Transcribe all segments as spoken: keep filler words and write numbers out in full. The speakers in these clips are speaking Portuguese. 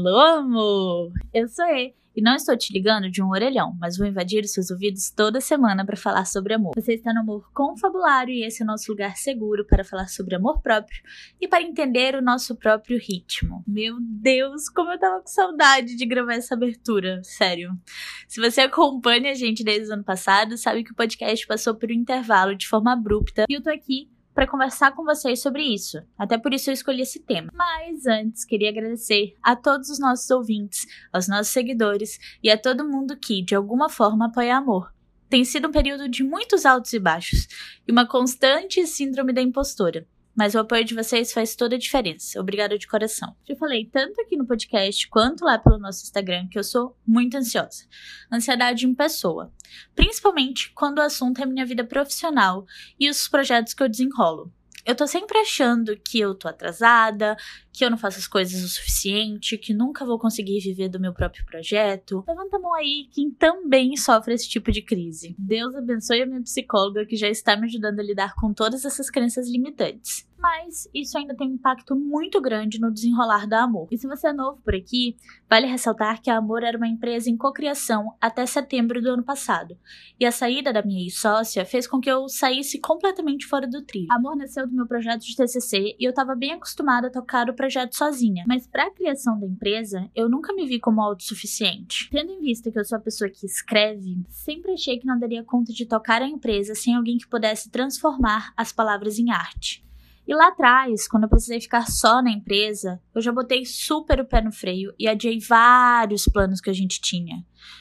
Alô, amor! Eu sou E, e não estou te ligando de um orelhão, mas vou invadir os seus ouvidos toda semana para falar sobre amor. Você está no Amor Confabulário e esse é o nosso lugar seguro para falar sobre amor próprio e para entender o nosso próprio ritmo. Meu Deus, como eu tava com saudade de gravar essa abertura, sério. Se você acompanha a gente desde o ano passado, sabe que o podcast passou por um intervalo de forma abrupta e eu tô aqui para conversar com vocês sobre isso. Até por isso eu escolhi esse tema. Mas antes, queria agradecer a todos os nossos ouvintes, aos nossos seguidores e a todo mundo que, de alguma forma, apoia amor. Tem sido um período de muitos altos e baixos e uma constante síndrome da impostora. Mas o apoio de vocês faz toda a diferença. Obrigada de coração. Já falei tanto aqui no podcast quanto lá pelo nosso Instagram que eu sou muito ansiosa. Ansiedade em pessoa. Principalmente quando o assunto é minha vida profissional e os projetos que eu desenrolo. Eu tô sempre achando que eu tô atrasada, que eu não faço as coisas o suficiente, que nunca vou conseguir viver do meu próprio projeto. Levanta a mão aí quem também sofre esse tipo de crise. Deus abençoe a minha psicóloga que já está me ajudando a lidar com todas essas crenças limitantes. Mas isso ainda tem um impacto muito grande no desenrolar da Amor. E se você é novo por aqui, vale ressaltar que a Amor era uma empresa em cocriação até setembro do ano passado. E a saída da minha ex-sócia fez com que eu saísse completamente fora do trilho. A Amor nasceu do meu projeto de T C C e eu estava bem acostumada a tocar o projeto sozinha. Mas para a criação da empresa, eu nunca me vi como autossuficiente. Tendo em vista que eu sou a pessoa que escreve, sempre achei que não daria conta de tocar a empresa sem alguém que pudesse transformar as palavras em arte. E lá atrás, quando eu precisei ficar só na empresa, eu já botei super o pé no freio e adiei vários planos que a gente tinha.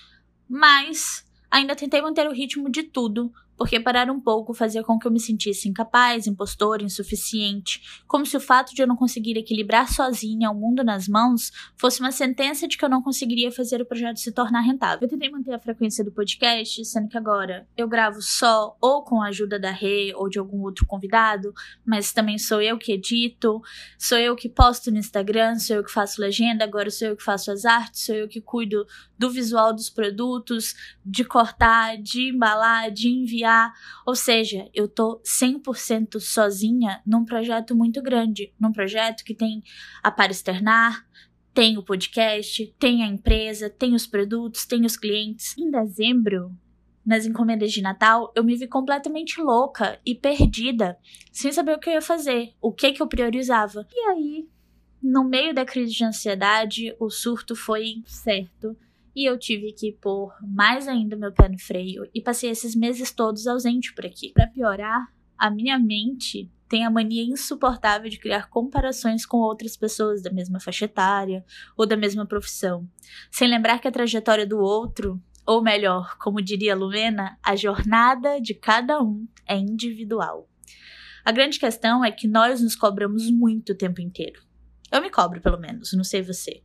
Mas ainda tentei manter o ritmo de tudo, porque parar um pouco fazia com que eu me sentisse incapaz, impostora, insuficiente, como se o fato de eu não conseguir equilibrar sozinha o mundo nas mãos fosse uma sentença de que eu não conseguiria fazer o projeto se tornar rentável. Eu tentei manter a frequência do podcast, sendo que agora eu gravo só ou com a ajuda da Rê ou de algum outro convidado, mas também sou eu que edito, sou eu que posto no Instagram, sou eu que faço legenda, agora sou eu que faço as artes, sou eu que cuido do visual dos produtos, de cortar, de embalar, de enviar. Ou seja, eu tô cem por cento sozinha num projeto muito grande, num projeto que tem a Para Externar, tem o podcast, tem a empresa, tem os produtos, tem os clientes. Em dezembro, nas encomendas de Natal, eu me vi completamente louca e perdida, sem saber o que eu ia fazer, o que que eu priorizava. E aí, no meio da crise de ansiedade, o surto foi certo. E eu tive que pôr mais ainda meu pé no freio e passei esses meses todos ausente por aqui. Pra piorar, a minha mente tem a mania insuportável de criar comparações com outras pessoas da mesma faixa etária ou da mesma profissão, sem lembrar que a trajetória do outro, ou melhor, como diria Lumena, a jornada de cada um é individual. A grande questão é que nós nos cobramos muito o tempo inteiro. Eu me cobro, pelo menos, não sei você.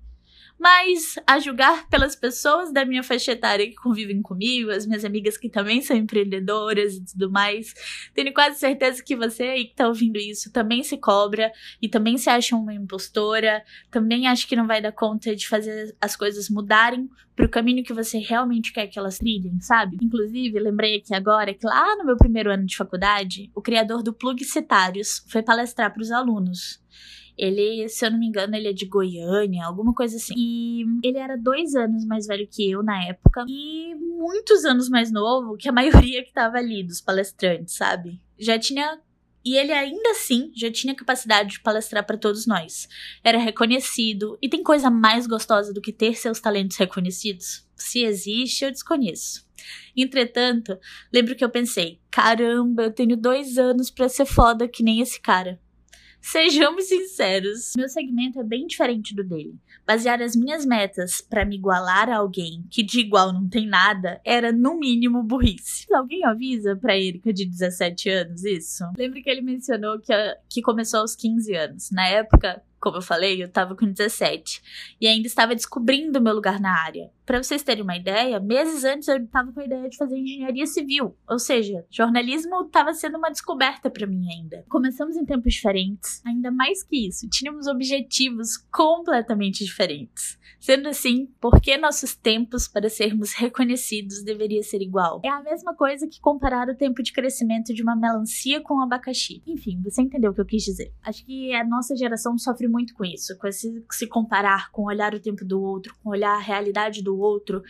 Mas, a julgar pelas pessoas da minha faixa etária que convivem comigo, as minhas amigas que também são empreendedoras e tudo mais, tenho quase certeza que você aí que tá ouvindo isso também se cobra e também se acha uma impostora, também acha que não vai dar conta de fazer as coisas mudarem pro caminho que você realmente quer que elas trilhem, sabe? Inclusive, lembrei aqui agora que lá no meu primeiro ano de faculdade, o criador do Plugcitários foi palestrar para os alunos. Ele, se eu não me engano, ele é de Goiânia, alguma coisa assim. E ele era dois anos mais velho que eu na época. E muitos anos mais novo que a maioria que tava ali, dos palestrantes, sabe? Já tinha... E ele ainda assim já tinha capacidade de palestrar para todos nós. Era reconhecido. E tem coisa mais gostosa do que ter seus talentos reconhecidos? Se existe, eu desconheço. Entretanto, lembro que eu pensei, caramba, eu tenho dois anos pra ser foda que nem esse cara. Sejamos sinceros, meu segmento é bem diferente do dele. Basear as minhas metas para me igualar a alguém que de igual não tem nada era, no mínimo, burrice. Alguém avisa pra Erika de dezessete anos isso? Lembro que ele mencionou que, a, que começou aos quinze anos. Na época, como eu falei, eu tava com dezessete e ainda estava descobrindo o meu lugar na área. Pra vocês terem uma ideia, meses antes eu tava com a ideia de fazer engenharia civil, ou seja, jornalismo tava sendo uma descoberta pra mim ainda. Começamos em tempos diferentes, ainda mais que isso, tínhamos objetivos completamente diferentes. Sendo assim, por que nossos tempos para sermos reconhecidos deveria ser igual? É a mesma coisa que comparar o tempo de crescimento de uma melancia com um abacaxi. Enfim, você entendeu o que eu quis dizer. Acho que a nossa geração sofre muito com isso, com esse se comparar, com olhar o tempo do outro, com olhar a realidade do outro,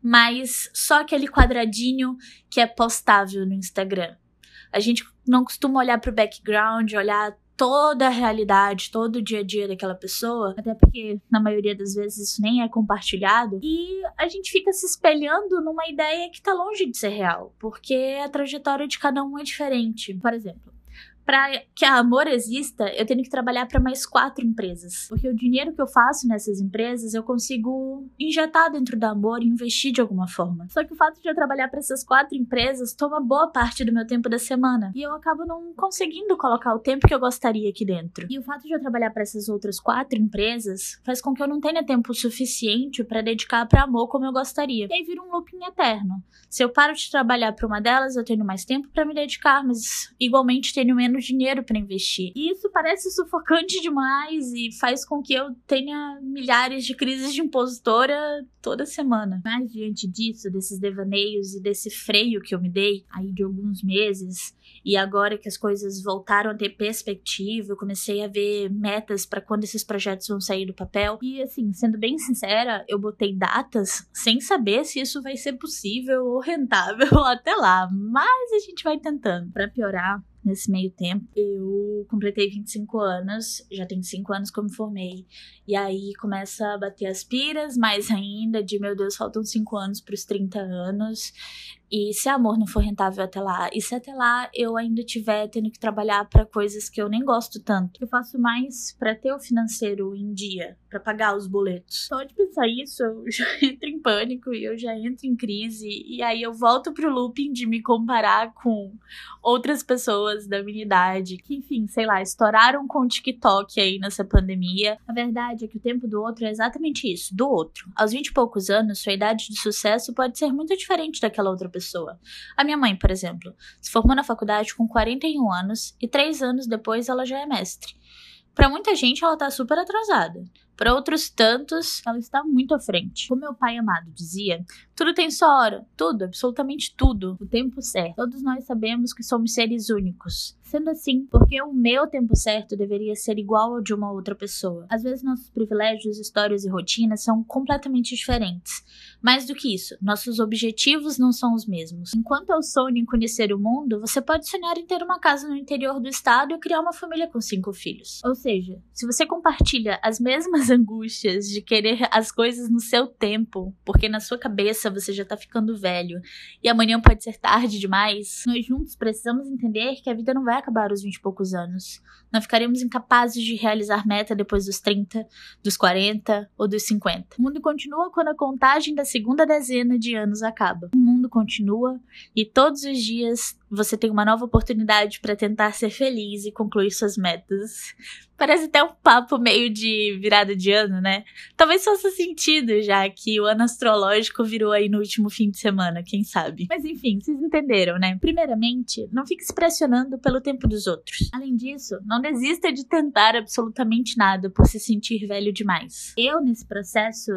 mas só aquele quadradinho que é postável no Instagram. A gente não costuma olhar pro background, olhar toda a realidade, todo o dia a dia daquela pessoa, até porque na maioria das vezes isso nem é compartilhado, e a gente fica se espelhando numa ideia que tá longe de ser real, porque a trajetória de cada um é diferente. Por exemplo, para que a Amor exista, eu tenho que trabalhar para mais quatro empresas. Porque o dinheiro que eu faço nessas empresas, eu consigo injetar dentro da Amor e investir de alguma forma. Só que o fato de eu trabalhar para essas quatro empresas toma boa parte do meu tempo da semana. E eu acabo não conseguindo colocar o tempo que eu gostaria aqui dentro. E o fato de eu trabalhar para essas outras quatro empresas faz com que eu não tenha tempo suficiente para dedicar para Amor como eu gostaria. E aí vira um looping eterno. Se eu paro de trabalhar para uma delas, eu tenho mais tempo para me dedicar, mas igualmente tenho menos dinheiro para investir. E isso parece sufocante demais e faz com que eu tenha milhares de crises de impostora toda semana. Mas diante disso, desses devaneios e desse freio que eu me dei aí de alguns meses, e agora que as coisas voltaram a ter perspectiva, eu comecei a ver metas para quando esses projetos vão sair do papel. E assim, sendo bem sincera, eu botei datas sem saber se isso vai ser possível ou rentável até lá, mas a gente vai tentando. Para piorar, nesse meio tempo, eu completei vinte e cinco anos, já tem cinco anos que eu me formei. E aí começa a bater as piras, mais ainda, de meu Deus, faltam cinco anos para os trinta anos. E se Amor não for rentável até lá, e se até lá eu ainda tiver tendo que trabalhar para coisas que eu nem gosto tanto, eu faço mais para ter o financeiro em dia, para pagar os boletos. Só de pensar isso, eu já entro em pânico e eu já entro em crise, e aí eu volto pro looping de me comparar com outras pessoas da minha idade, que enfim, sei lá, estouraram com o TikTok aí nessa pandemia. A verdade é que o tempo do outro é exatamente isso, do outro. Aos vinte e poucos anos, sua idade de sucesso pode ser muito diferente daquela outra pessoa. A minha mãe, por exemplo, se formou na faculdade com quarenta e um anos e três anos depois ela já é mestre. Pra muita gente ela tá super atrasada. Para outros tantos, ela está muito à frente. Como meu pai amado dizia, tudo tem sua hora, tudo, absolutamente tudo, o tempo certo. Todos nós sabemos que somos seres únicos. Sendo assim, porque o meu tempo certo deveria ser igual ao de uma outra pessoa? Às vezes nossos privilégios, histórias e rotinas são completamente diferentes. Mais do que isso, nossos objetivos não são os mesmos. Enquanto eu sonho em conhecer o mundo, você pode sonhar em ter uma casa no interior do estado e criar uma família com cinco filhos. Ou seja, se você compartilha as mesmas angústias de querer as coisas no seu tempo, porque na sua cabeça você já tá ficando velho e amanhã pode ser tarde demais, nós juntos precisamos entender que a vida não vai acabar aos vinte e poucos anos. Não ficaremos incapazes de realizar meta depois dos trinta, dos quarenta ou dos cinquenta. O mundo continua quando a contagem da segunda dezena de anos acaba. O mundo continua e todos os dias você tem uma nova oportunidade para tentar ser feliz e concluir suas metas. Parece até um papo meio de virada de ano, né? Talvez faça sentido, já que o ano astrológico virou aí no último fim de semana, quem sabe? Mas enfim, vocês entenderam, né? Primeiramente, não fique se pressionando pelo tempo dos outros. Além disso, não desista de tentar absolutamente nada por se sentir velho demais. Eu, nesse processo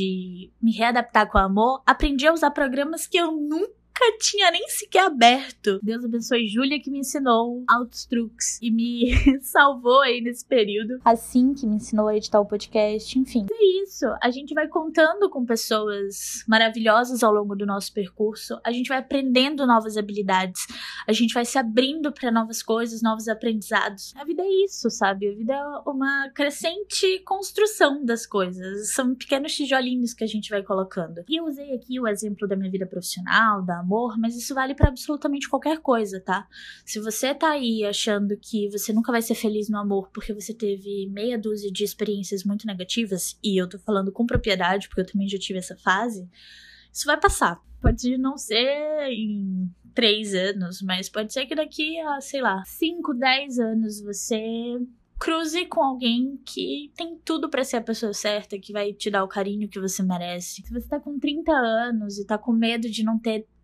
de me readaptar com o amor, aprendi a usar programas que eu nunca tinha nem sequer aberto. Deus abençoe Júlia, que me ensinou altos truques e me salvou aí nesse período. Assim que me ensinou a editar o podcast, enfim. É isso. A gente vai contando com pessoas maravilhosas ao longo do nosso percurso. A gente vai aprendendo novas habilidades. A gente vai se abrindo para novas coisas, novos aprendizados. A vida é isso, sabe? A vida é uma crescente construção das coisas. São pequenos tijolinhos que a gente vai colocando. E eu usei aqui o exemplo da minha vida profissional, da amor, mas isso vale pra absolutamente qualquer coisa, tá? Se você tá aí achando que você nunca vai ser feliz no amor porque você teve meia dúzia de experiências muito negativas, e eu tô falando com propriedade porque eu também já tive essa fase, isso vai passar. Pode não ser em três anos, mas pode ser que daqui a, sei lá, cinco, dez anos você cruze com alguém que tem tudo pra ser a pessoa certa, que vai te dar o carinho que você merece. Se você tá com trinta anos e tá com medo de não ter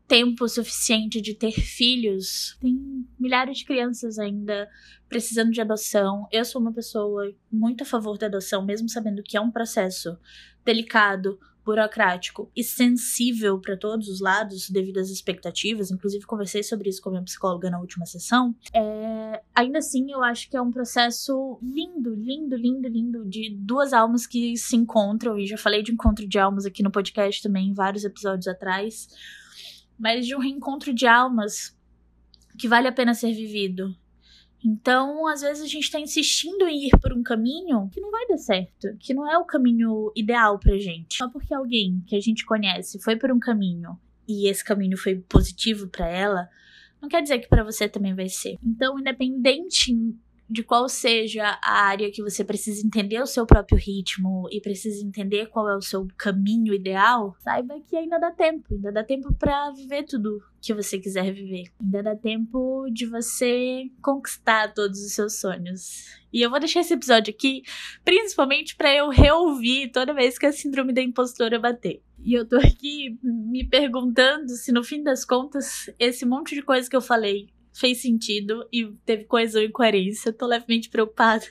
tempo suficiente de ter filhos. Tem milhares de crianças ainda precisando de adoção. Eu sou uma pessoa muito a favor da adoção, mesmo sabendo que é um processo delicado, burocrático e sensível para todos os lados devido às expectativas. Inclusive conversei sobre isso com a minha psicóloga na última sessão. É, ainda assim, eu acho que é um processo lindo, lindo, lindo, lindo de duas almas que se encontram, e já falei de encontro de almas aqui no podcast também, em vários episódios atrás, mas de um reencontro de almas que vale a pena ser vivido. Então, às vezes a gente tá insistindo em ir por um caminho que não vai dar certo, que não é o caminho ideal pra gente. Só porque alguém que a gente conhece foi por um caminho e esse caminho foi positivo pra ela, não quer dizer que pra você também vai ser. Então, independente de qual seja a área que você precisa entender o seu próprio ritmo e precisa entender qual é o seu caminho ideal, saiba que ainda dá tempo, ainda dá tempo pra viver tudo que você quiser viver. Ainda dá tempo de você conquistar todos os seus sonhos. E eu vou deixar esse episódio aqui, principalmente pra eu reouvir toda vez que a síndrome da impostora bater. E eu tô aqui me perguntando se no fim das contas, esse monte de coisa que eu falei fez sentido e teve coisa ou incoerência. Eu tô levemente preocupada.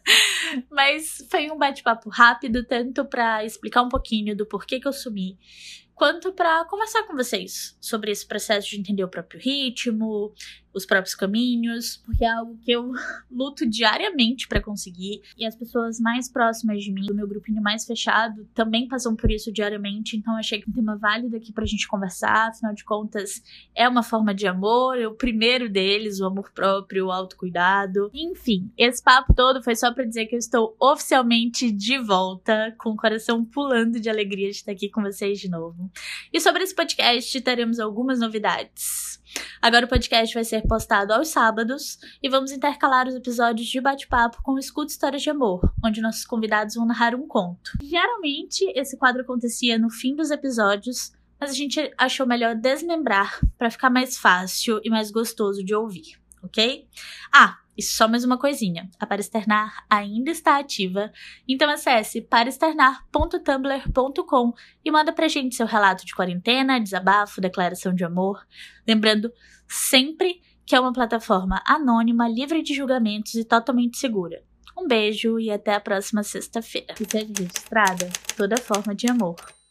Mas foi um bate-papo rápido, tanto pra explicar um pouquinho do porquê que eu sumi, quanto pra conversar com vocês sobre esse processo de entender o próprio ritmo, os próprios caminhos, porque é algo que eu luto diariamente pra conseguir, e as pessoas mais próximas de mim, do meu grupinho mais fechado, também passam por isso diariamente. Então achei que um tema válido aqui pra gente conversar. Afinal de contas, é uma forma de amor, é o primeiro deles, o amor próprio, o autocuidado. Enfim, esse papo todo foi só pra dizer que eu estou oficialmente de volta, com o coração pulando de alegria de estar aqui com vocês de novo. E sobre esse podcast, teremos algumas novidades. Agora o podcast vai ser postado aos sábados e vamos intercalar os episódios de bate-papo com Escuta Histórias de Amor, onde nossos convidados vão narrar um conto. Geralmente, esse quadro acontecia no fim dos episódios, mas a gente achou melhor desmembrar para ficar mais fácil e mais gostoso de ouvir, ok? Ah, e só mais uma coisinha, a Para Externar ainda está ativa, então acesse para externar ponto tumblr ponto com e manda pra gente seu relato de quarentena, desabafo, declaração de amor. Lembrando sempre que é uma plataforma anônima, livre de julgamentos e totalmente segura. Um beijo e até a próxima sexta-feira. E seja registrada toda forma de amor.